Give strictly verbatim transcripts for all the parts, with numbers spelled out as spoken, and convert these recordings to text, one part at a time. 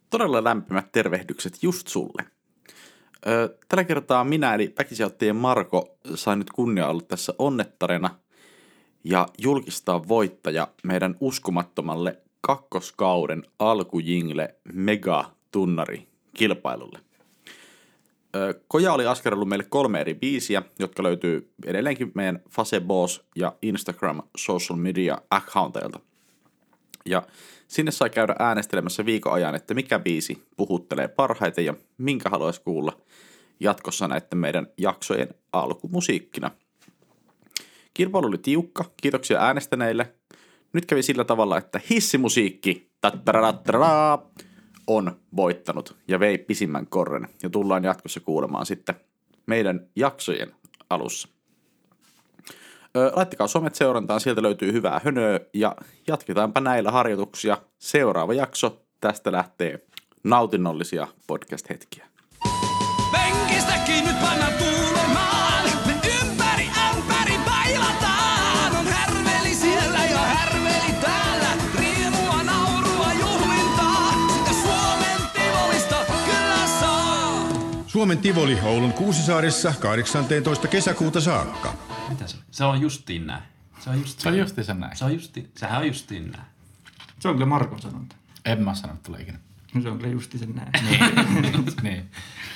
Todella lämpimät tervehdykset just sulle. Öö, tällä kertaa minä eli väkisinottajien Marko sain nyt kunnia olla tässä onnettarena ja julkistaa voittaja meidän uskomattomalle kakkoskauden alkujingle Mega-tunnari kilpailulle. Öö, Koja oli askarellut meille kolme eri biisiä, jotka löytyy edelleenkin meidän Facebook ja Instagram social media accounteilta. Ja sinne sai käydä äänestelemässä viikon ajan, että mikä biisi puhuttelee parhaiten ja minkä haluaisi kuulla jatkossa näiden meidän jaksojen alkumusiikkina. Kilpailu oli tiukka, kiitoksia äänestäneille. Nyt kävi sillä tavalla, että hissimusiikki on voittanut ja vei pisimmän korren. Ja tullaan jatkossa kuulemaan sitten meidän jaksojen alussa. Laittakaa somet seurantaan, sieltä löytyy hyvää hönöä ja jatketaanpa näillä harjoituksia. Seuraava jakso, tästä lähtee nautinnollisia podcast-hetkiä. Penkistäkin nyt panna tuulemaan, me ympäri ämpäri bailataan. On härveli siellä ja härveli täällä, riemua, naurua, juhlintaa. Sitä Suomen Tivolista kyllä saa. Suomen Tivoli Oulun Kuusisaaressa kahdeksastoista kesäkuuta saakka. Mitä se on? Se on justiin näin. Se on justiin, se on justiin sen näin. Se on justi, sehän on justiin näin. Se on kyllä Markon sanonta. En mä sanonut tulla ikinä. No se on kyllä justiin sen näin. niin. niin.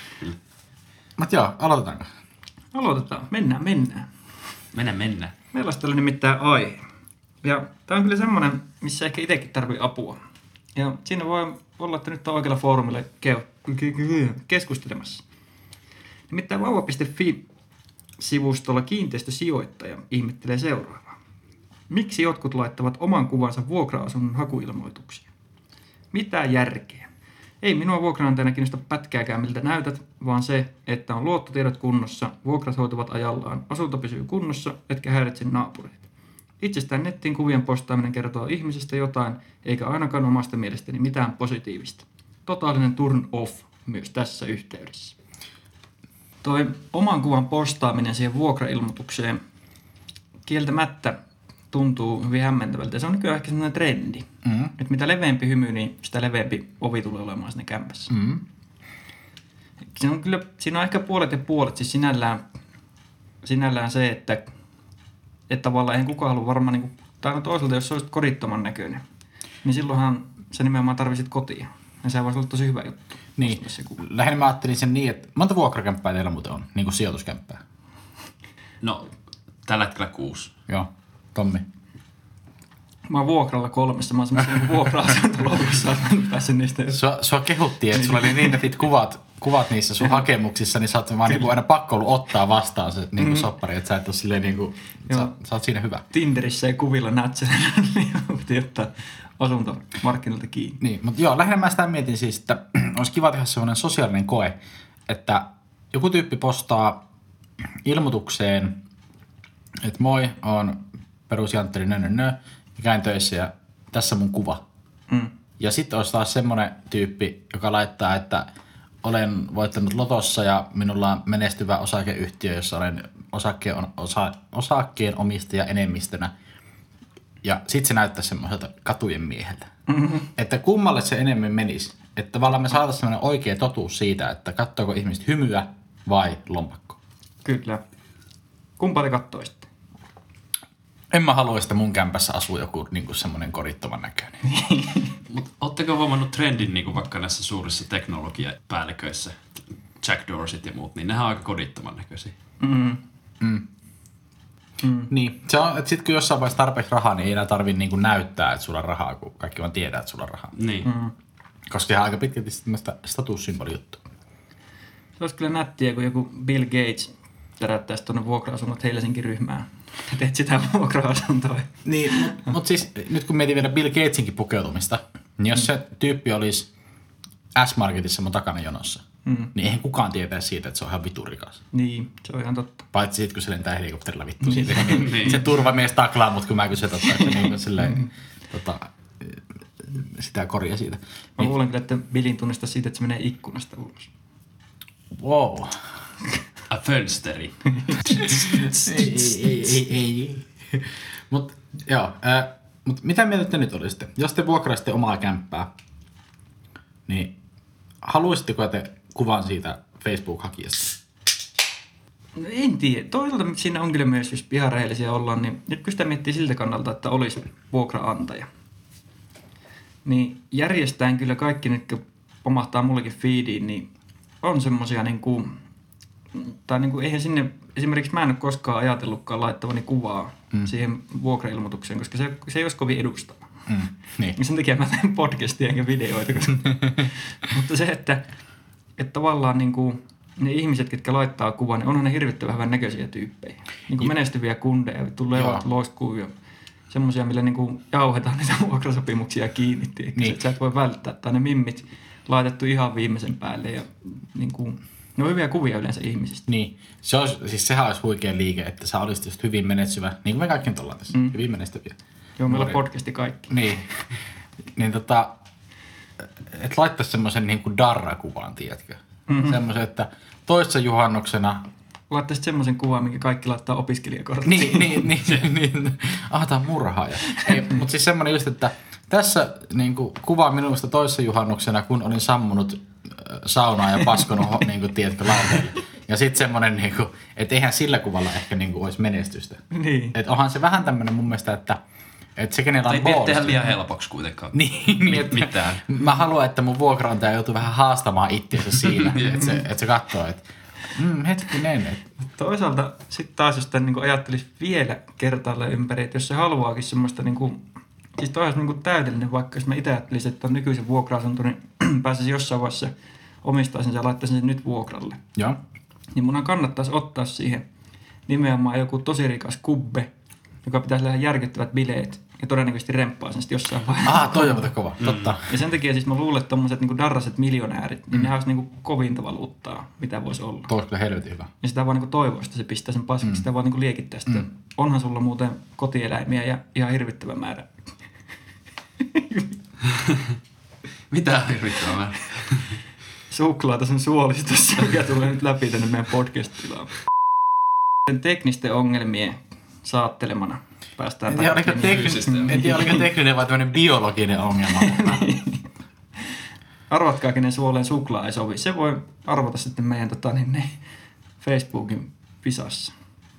Mutta joo, aloitetaanko? Aloitetaan. Mennään, mennään. Mennään, mennään. Meillä olisi tällä nimittäin aihe. Ja tämä on kyllä semmoinen, missä ehkä itsekin tarvii apua. Ja siinä voi olla, että nyt on oikealla foorumilla keskustelemassa. Nimittäin vauva piste fi-sivustolla kiinteistösijoittaja ihmettelee seuraavaa. Miksi jotkut laittavat oman kuvansa vuokra-asunnon hakuilmoituksiin? Mitä järkeä? Ei minua vuokranantajana kiinnosta pätkääkään miltä näytät, vaan se, että on luottotiedot kunnossa, vuokrat hoituvat ajallaan, asunto pysyy kunnossa, etkä häiritse naapureita. Itsestään nettiin kuvien postaaminen kertoo ihmisestä jotain, eikä ainakaan omasta mielestäni mitään positiivista. Totaalinen turn off myös tässä yhteydessä. Toi oman kuvan postaaminen siihen vuokrailmoitukseen kieltämättä tuntuu hyvin hämmentävältä. Se on nykyään ehkä sellainen trendi. Mm-hmm. Että mitä leveämpi hymy, niin sitä leveämpi ovi tulee olemaan sinne kämpässä. Mm-hmm. Se on kyllä, siinä on ehkä puolet ja puolet. Siis sinällään, sinällään se, että, että tavallaan eihän kukaan halua varmaan, niin kuin, tai toisaalta jos se olisi kodittoman näköinen, niin silloinhan se nimenomaan tarvitsit kotia. Ja se voisi olla tosi hyvä juttu. Niin, lähinnä mä ajattelin sen niin, että monta vuokrakämppää teillä muuten on, niin kuin sijoituskämppää? No, tällä hetkellä kuusi. Joo, Tommi. Mä oon vuokralla kolmessa, mä oon semmoisen vuokra-asuntolopussa päässyt niistä. Sua, sua kehuttiin, että sulla oli niin netit kuvat, kuvat niissä sun hakemuksissa, niin sä oot vaan niinku aina pakko ollut ottaa vastaan se niinku soppari, että sä et ole silleen niinku, sä, sä oot siinä hyvä. Tinderissä ei kuvilla nätsänä, niin piti ottaa asuntomarkkinoilta kiinni. Niin, mutta joo, lähinnä mä sitä mietin siis, että olisi kiva tehdä semmoinen sosiaalinen koe, että joku tyyppi postaa ilmoitukseen, että moi, on perusjantteri nö, nö, nö, ja käyn töissä ja tässä mun kuva. Mm. Ja sitten olisi taas semmoinen tyyppi, joka laittaa, että olen voittanut lotossa ja minulla on menestyvä osakeyhtiö, jossa olen osakkeen, osa, osakkeen omistaja enemmistönä. Ja sitten se näyttää semmoiselta katujen mieheltä. Mm-hmm. Että kummalle se enemmän menisi. Että tavallaan me saataisiin semmoinen oikea totuus siitä, että katsoako ihmiset hymyä vai lompakko. Kyllä. Kumpaa te kattoisitte? En mä haluaisi, että mun kämpässä asuu joku niin semmoinen korittoman näköinen. Mutta ootteko huomannut trendin niin vaikka näissä suurissa teknologiapäälliköissä, Jack Dorset ja muut, niin nehän on aika kodittoman näköisiä. Mm. Mm. Mm. Niin, se on, että sit kun jossain vaiheessa tarpeeksi rahaa, niin ei enää tarvitse niinku näyttää, että sulla on rahaa, kun kaikki vaan tiedää, että sulla on rahaa. Niin. Mm. Koska ihan aika pitkälti sitä statussymboli-juttu. Se olisi kyllä nättiä, kun joku Bill Gates tärättäisi tuonne vuokra-asunnot Helsinki-ryhmään. Ja teet sitä vuokra-asuntoa. Niin, mutta mut siis nyt kun mietin vielä Bill Gatesinkin pukeutumista, niin jos mm. se tyyppi olisi S-Marketissa mun takana jonossa, mm. niin eihän kukaan tietää siitä, että se on ihan viturikas. Niin, se on ihan totta. Paitsi siitä, kun se lentää helikopterilla vittu siitä. niin. Se turvamies taklaa mut, kun mä kysyn, että se niin silleen, mm. tota, sitä korjaa siitä. Mä niin. luulen kyllä, että Billin tunnistaa siitä, että se menee ikkunasta ulos. Wow. A fönsteri. ei, ei, ei, ei. Mut joo, äh, mut mitä mieltä te nyt olisitte? Jos te vuokraisitte omaa kämppää, niin haluaisitteko te kuvan siitä Facebook-hakijasta? No en tiedä. Toisaalta siinä on kyllä myös, jos ihan rehellisiä ollaan, niin nyt kun sitä miettii siltä kannalta, että olisi vuokraantaja, niin järjestään kyllä kaikki nyt, kun pomahtaa mullekin feediin, niin on semmosia niinku, tai niinku eihän sinne, esimerkiksi mä en ole koskaan ajatellutkaan laittavani kuvaa mm. siihen vuokrailmoitukseen, koska se, se ei olisi kovin edustava. Mm. Niin. Sen takia mä teen podcastia enkä videoita. Mutta se, että, että tavallaan niinku, ne ihmiset, ketkä laittaa kuvan, niin onhan ne hirvittävän hyvän näköisiä tyyppejä. Niin kuin menestyviä kundeja, tulee loiskuu ja semmoisia, millä niinku jauhetaan niitä vuokrasopimuksia kiinni. Niin. Sä et voi välttää. Tai ne mimmit laitettu ihan viimeisen päälle. Ja niinku, ne on hyviä kuvia yleensä ihmisistä. Niin. Se olisi, siis sehän olisi huikea liike, että sä olisit just hyvin menestyvä. Niin kuin me kaikki nyt ollaan tässä. Mm. Hyvin menestyviä. Joo, meillä on podcasti kaikki. Niin. niin tota, et laittaisi semmoisen niinku darra-kuvan, tiedätkö? Mm-hmm. Semmoisen, että toissa juhannuksena... Laittaisit semmoisen kuvan, minkä kaikki laittaa opiskelijakorttiin. Niin, niin, niin. niin. Ah, tää on murhaaja. Mutta siis semmoinen just, että tässä niinku, kuva minusta toissa juhannuksena, kun olin sammunut äh, saunaa ja paskonut, niinku, tiedätkö, lauteille. Ja sitten semmoinen, niinku, että eihän sillä kuvalla ehkä niinku, olisi menestystä. Niin. Että onhan se vähän tämmöinen mun mielestä, että et se, kenellä on tai ei tehdä liian helpoksi kuitenkaan. niin, niin että mitään. Mä haluan, että mun vuokraantaja joutuu vähän haastamaan itseänsä siinä, että se, et se katsoo, että mm, hetkinen. Et. Toisaalta sitten taas, jos tämän niin ajattelisi vielä kertaalleen ympäri, että jos se haluaakin semmoista, niin kuin, siis toisaalta niin täydellinen, vaikka jos mä itse ajattelisin, että on nykyisen vuokra-asunto, niin pääsisin jossain vaiheessa omistaisin ja laittaisin sen nyt vuokralle. Joo. Niin mun kannattaisi ottaa siihen nimenomaan joku tosi rikas kubbe, joka pitäisi lähteä järkyttävät bileet ja todennäköisesti remppaa sen sitten jossain vaiheessa. Ah, toi on muuten kova, mm. totta. Ja sen takia siis mä luulen, että tommoset niinku darraset miljonäärit, niin mm. ne olisi niinku kovinta valuuttaa, mitä voisi olla. Toi olisi kyllä helvetin hyvä. Ja sitä vaan niinku toivoa, että se pistää sen paskaksi, mm. sitä vaan niinku liekittää sitä. Mm. Onhan sulla muuten kotieläimiä ja ihan hirvittävä määrä. Mitä hirvittävä määrä? Suklaata sen suolistossa, mikä tulee nyt läpi tänne meidän podcast-tilaan. Teknisten ongelmien saattelemana päästään. En tiedä, oliko, tekn... en tiedä, oliko tekninen vai tämmöinen biologinen ongelma. Arvatkaa, kenen suoleen suklaa ei sovi. Se voi arvata sitten meidän tota, niin, ne, Facebookin visassa.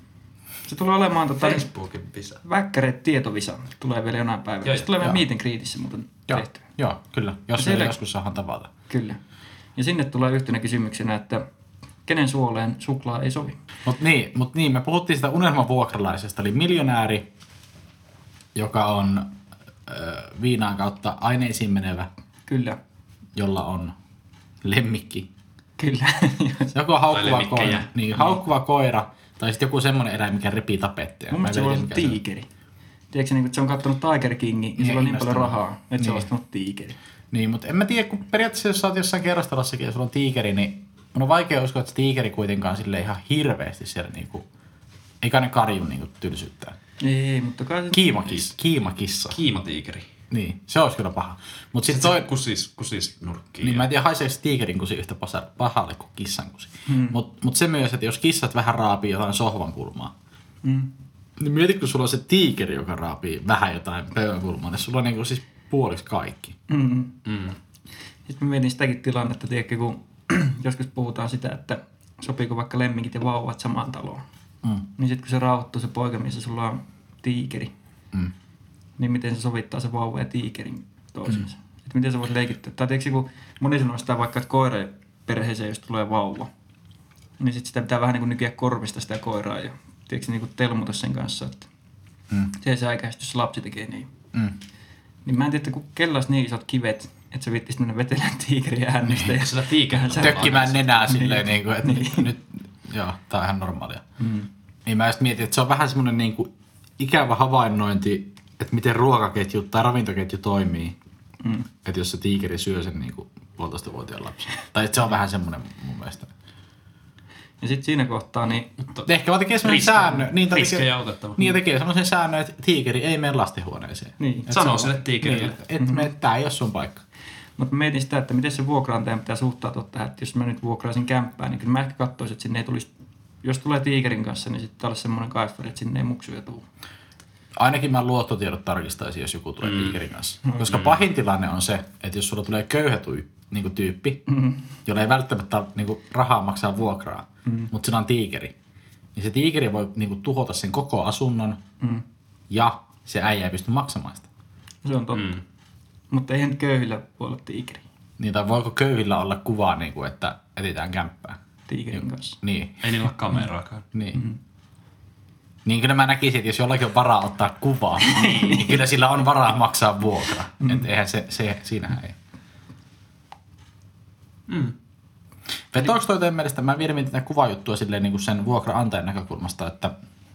Se tulee olemaan tota, Facebookin visa. Väkkäreet tietovisa. Tulee vielä jonain päivänä. Joo, se tulee meidän meet and greetissä muuten joo, tehty. Joo, kyllä. Jos se joskus saadaan tavata. Kyllä. Ja sinne tulee yhtenä kysymyksenä, että kenen suoleen suklaa ei sovi. Mutta niin, mut niin, me puhuttiin sitä unelmavuokralaisesta, eli miljonääri, joka on äh, viinaan kautta aineisiin menevä. Kyllä. Jolla on lemmikki. Kyllä. Joku haukkuva koira, niin, haukkuva koira, tai sitten joku semmoinen eläin, mikä repii tapetteja. Mun mielestä se on tiikeri. Tiedätkö, että se on katsonut Tiger Kingin ja sillä on niin paljon rahaa, että niin. Se on ostanut tiikeri. Niin, mutta en mä tiedä, kun periaatteessa jos sä oot jossain kerrostalossakin ja sulla on tiikeri, niin mun on vaikea uskoa, että se tiikeri kuitenkaan sille ihan hirveästi siellä niinku, eikä ne karju niinku tylsyttää. Ei, mutta kai se... Kiimakissa. Kiimakissa. Kiimatiikeri. Niin, se olisi kyllä paha. Mut sit sit toi... kusis, kusis nurkkiin. Niin, ja... mä en tiedä, haiseeko tiikerin kusi yhtä pahalle kuin kissan kusi. Hmm. Mut, mut se myös, että jos kissat vähän raapii jotain sohvan kulmaa, hmm. niin mietit, kun sulla on se tiikeri, joka raapii vähän jotain pöydän kulmaa, niin sulla on niinku siis puoliksi kaikki. Mm. Mm. Sitten mä mietin sitäkin tilannetta, tiedätkö, kun joskus puhutaan sitä, että sopiiko vaikka lemmikit ja vauvat samaan taloon. Mm. Niin sitten kun se rauhoittuu se poika, missä sulla on tiikeri, mm. niin miten se sovittaa se vauva ja tiikerin toisiinsa. Mm. Että miten se voisi leikittää. Tai tiedätkö, kun moni sanoo sitä vaikka, että koiran perheeseen, jos tulee vauva, niin sitten sitä pitää vähän niin kuin nykiä korvista sitä koiraa ja tiedätkö, niin kuin telmuta sen kanssa, että mm. se säikäisesti, jos lapsi tekee niin. Mm. Niin mä en tiedä, kun kella olisi niin isot kivet, että se viittisi mennä vetelään tiikeriä äänestä. Niin, sillä tiikeriä. Tökkimään nenää silleen, niin kuin, että niin. nyt, joo, tää on ihan normaalia. Mm. Niin mä just mietin, että se on vähän semmoinen niin kuin ikävä havainnointi, että miten ruokaketju tai ravintoketju toimii. Mm. Että jos se tiikeri syö sen niin kuin puolitoista vuotiaan lapsen. Tai että se on vähän semmoinen mun mielestä. Ja sitten siinä kohtaa niin... Ehkä vaan tekee semmoinen säännö. Niin, riskejä otettava. Niin, tekee semmoisen säännön, että tiikeri ei mene lastenhuoneeseen. Niin. Sanoo sille tiikerille. Niin, että mm-hmm. et, tää ei ole sun paikka. Mutta mietin sitä, että miten se vuokraantaja pitää suhtautua tähän, että jos mä nyt vuokraisin kämppää, niin kyllä mä ehkä katsoisin, että sinne ei tulisi... Jos tulee tiikerin kanssa, niin sitten olisi semmoinen kaiffari, että sinne ei muksuja tule. Ainakin mä luottotiedot tarkistaisin, jos joku tulee mm. tiikerin kanssa. Koska mm. pahin tilanne on se, että jos sulla tulee köyhä niinku tyyppi, mm-hmm. jolla ei välttämättä ole niinku rahaa maksaa vuokraa, mm-hmm. mutta sillä on tiikeri. Niin se tiikeri voi niinku tuhota sen koko asunnon mm-hmm. ja se äijä ei pysty maksamaan sitä. Se on totta. Mm. Mutta eihän köyhillä voi olla tiikeri. Niin, tai voiko köyhillä olla kuvaa, niinku, että etsitään kämppää? Tiikerin kanssa. Niin. Ei niillä ole kameraakaan. Niin. Mm-hmm. Niin kyllä mä näkisin, että jos jollakin on varaa ottaa kuvaa, niin kyllä sillä on varaa maksaa vuokra. Mm. Että eihän se, se siinähän ei. Mm. Vetoako toi teidän mielestä, mä vielä mietin tätä kuvajuttua silleen niin kuin sen vuokraantajan näkökulmasta, että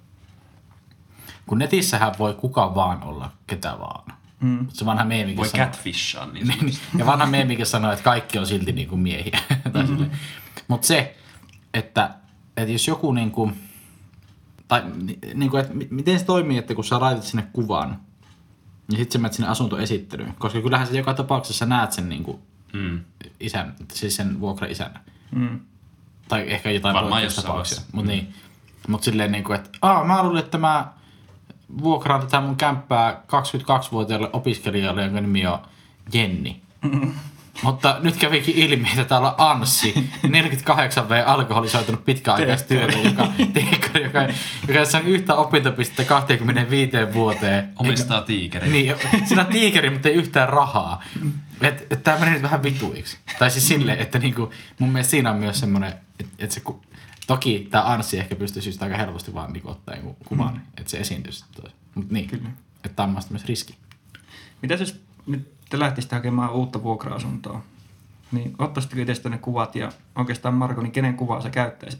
kun netissähän voi kuka vaan olla ketä vaan. Mm. Se vanha meemikin voi sanoo, catfishaa niin, niin ja vanha meemikin sanoo, että kaikki on silti niin kuin miehiä. Mm-hmm. Mutta se, että, että jos joku niin kuin, tai niin kuin, että miten se toimii, että kun sä laitat sinne kuvan, ja sit sä menet sinne asuntoesittelyyn, koska kyllähän sä joka tapauksessa näet sen niin kuin mm. isän, siis sen vuokra-isänä. Mm. Tai ehkä jotain poikkeustapauksia. Mutta niin, mut silleen niin kuin, että aah, mä luulin, että mä vuokraan tätä mun kämppää kaksikymmentäkaksivuotiaalle opiskelijalle, jonka nimi on Jenni. Mm. Mutta nyt kävikin ilmi, että täällä on Anssi, neljäkymmentäkahdeksan vuotias alkoholisoitunut pitkäaikaistyötä, joka, teekari, joka, joka on yhtä opintopistettä kaksikymmentäviisi vuoteen. Omistaa tiikerin. Niin, siinä on tiikeri, mutta ei yhtään rahaa. Että et tää menee nyt vähän vituiksi. Tai siis silleen, että niinku, mun mielestä siinä on myös semmoinen, että et se, toki tää Anssi ehkä pystyisi just aika helposti vaan niinku ottaa joku kuvan, mm. että se esiintyisi. Mutta niin, että tämä on myös riski. Mitäs jos nyt te lähtisitte hakemaan uutta vuokra-asuntoa, niin ottaisitteko itse ne kuvat ja oikeastaan Marko, niin kenen kuvaa sä käyttäisit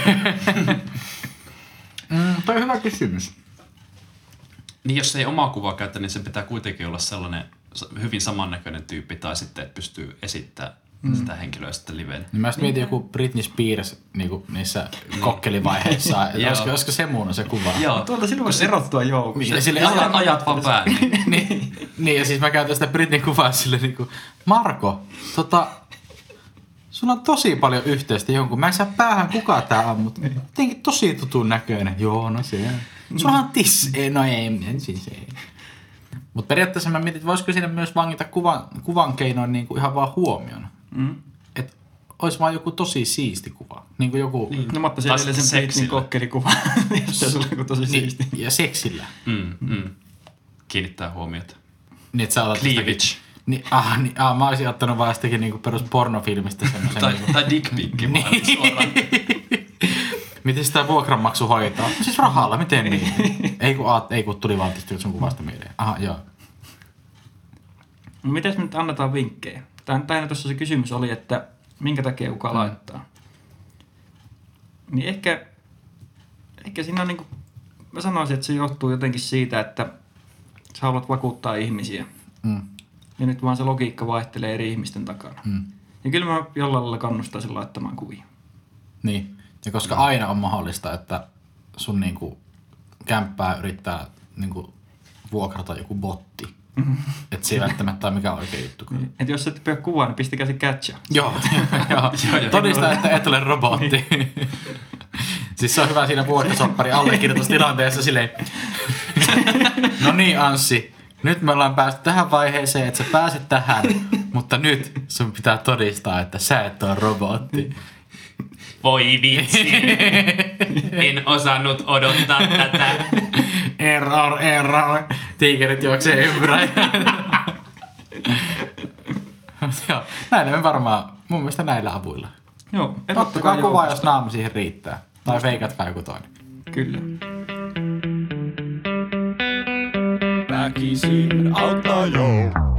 mm, toi on hyvä kysymys. Niin jos ei omaa kuvaa käytä, niin sen pitää kuitenkin olla sellainen hyvin samannäköinen tyyppi tai sitten, että pystyy esittämään mm. sitä henkilöä sitten liveen. Niin mä sitten mietin joku Britney Spears niinku niissä kokkelivaiheissa, että olisiko, olisiko se muun se kuva. Joo, tuolta silloin voisi erottua joukosta. Niin, ajat, ajat vaan päälle. niin, niin, ja siis mä käytän sitä Britneyn kuvaa silleen niinku, Marko, tota, sulla on tosi paljon yhteistä jonkun. Mä en saa päähän kuka tää on, mutta jotenkin tosi tutun näköinen. Joo, no se on. Sulla on tiss. Ei, no ei, siis ei. Mutta periaatteessa mä mietin, että voisiko siinä myös vangita kuvan, kuvan keinoin niin kuin ihan vaan huomioon. Mm. Että olisi vaan joku tosi siisti kuva. Niin kuin joku... Niin. No mä ottaisin edelleen sen Britneyn kokkelikuva. Se on joku tosi niin, siisti. Ja seksillä. Mm, mm. Kiinnittää huomiota. Niin, että sä otat Cleavage. Niin, ah, niin, ah, mä olisin ottanut vaan jostakin niinku perus pornofilmistä semmoisen. tai, niinku. tai dickpikki vaan niin. Suoraan. Miten sitä vuokranmaksu hoitaa? Siis rahalla, miten niin? ei kun, aat, ei kun tuli vaan tietysti sun kuvasta mieleen. Aha, joo. No mites me nyt annetaan vinkkejä? Tähän tuossa se kysymys oli, että minkä takia kuka mm. laittaa. Niin ehkä, ehkä siinä on niinku, mä sanoisin, että se johtuu jotenkin siitä, että sä haluat vakuuttaa ihmisiä. Mm. Ja nyt vaan se logiikka vaihtelee eri ihmisten takana. Mm. Ja kyllä mä jollain lailla kannustaisin laittamaan kuvia. Niin, ja koska mm. aina on mahdollista, että sun niinku kämppää yrittää niinku vuokrata joku botti. Mm. Että se ei välttämättä ole mikään oikea juttu. Niin. Että jos et pidä kuvaa, niin pistäkää se catcha. Joo, joo. Todista, että et ole robotti. Siis se on hyvä siinä vuokrasoppari allekirjoitustilanteessa silleen. No niin, Anssi. Nyt me ollaan päästy tähän vaiheeseen, että sä pääset tähän, mutta nyt sun pitää todistaa, että sä et ole robotti. Voi vitsi. En osannut odottaa tätä. Error, error. Tiikerit juoksee ympyrä. Joo, näillä me varmaan, mun mielestä näillä avuilla. Joo. Ottakaa kuvaa, jos naama siihen riittää. Tai veikatkaa joku toinen. Kyllä. Väkisin auttaa jo.